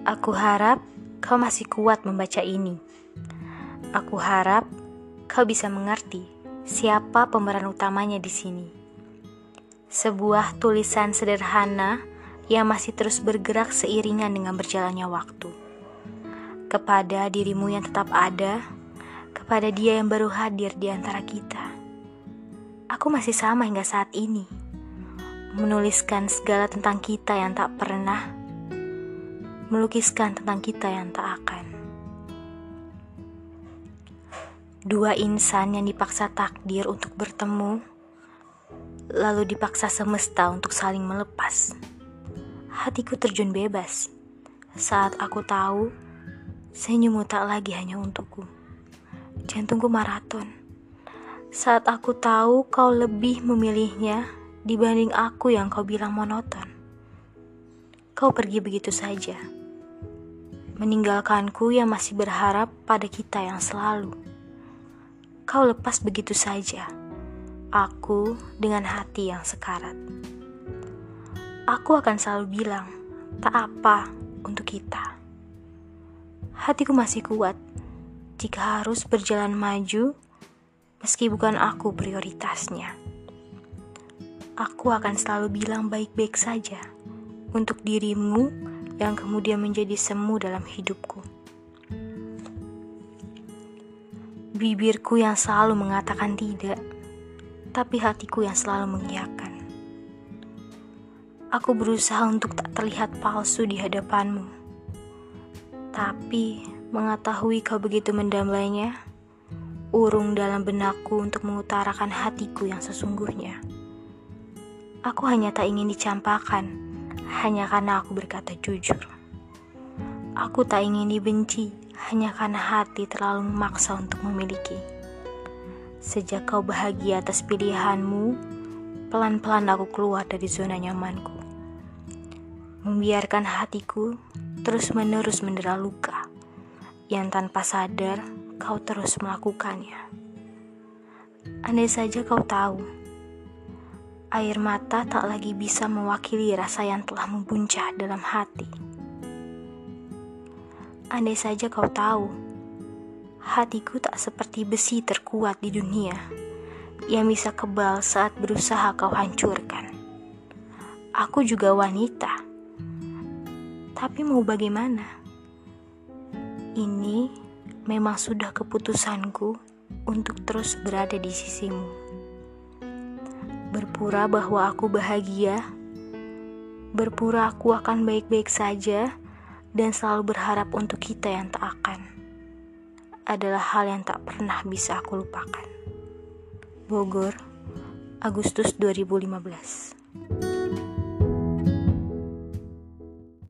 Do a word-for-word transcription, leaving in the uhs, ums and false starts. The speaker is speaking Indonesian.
Aku harap kau masih kuat membaca ini. Aku harap kau bisa mengerti siapa pemeran utamanya di sini. Sebuah tulisan sederhana yang masih terus bergerak seiringan dengan berjalannya waktu. Kepada dirimu yang tetap ada, kepada dia yang baru hadir di antara kita. Aku masih sama hingga saat ini, menuliskan segala tentang kita yang tak pernah, melukiskan tentang kita yang tak akan. Dua insan yang dipaksa takdir untuk bertemu, lalu dipaksa semesta untuk saling melepas. Hatiku terjun bebas saat aku tahu senyummu tak lagi hanya untukku. Jantungku maraton saat aku tahu kau lebih memilihnya dibanding aku yang kau bilang monoton. Kau pergi begitu saja, meninggalkanku yang masih berharap pada kita yang selalu. Kau lepas begitu saja, aku dengan hati yang sekarat. Aku akan selalu bilang, tak apa untuk kita. Hatiku masih kuat jika harus berjalan maju, meski bukan aku prioritasnya. Aku akan selalu bilang baik-baik saja untuk dirimu yang kemudian menjadi semu dalam hidupku. Bibirku yang selalu mengatakan tidak, tapi hatiku yang selalu mengiyakan. Aku berusaha untuk tak terlihat palsu di hadapanmu, tapi mengetahui kau begitu mendambainya, urung dalam benakku untuk mengutarakan hatiku yang sesungguhnya. Aku hanya tak ingin dicampakkan, hanya karena aku berkata jujur. Aku tak ingin dibenci, hanya karena hati terlalu memaksa untuk memiliki. Sejak kau bahagia atas pilihanmu, pelan-pelan aku keluar dari zona nyamanku. Membiarkan hatiku terus-menerus mendera luka, yang tanpa sadar kau terus melakukannya. Andai saja kau tahu, air mata tak lagi bisa mewakili rasa yang telah membuncah dalam hati. Andai saja kau tahu, hatiku tak seperti besi terkuat di dunia yang bisa kebal saat berusaha kau hancurkan. Aku juga wanita, tapi mau bagaimana? Ini memang sudah keputusanku untuk terus berada di sisimu. Berpura bahwa aku bahagia, berpura aku akan baik-baik saja, dan selalu berharap untuk kita yang tak akan, adalah hal yang tak pernah bisa aku lupakan. Bogor, Agustus dua ribu lima belas.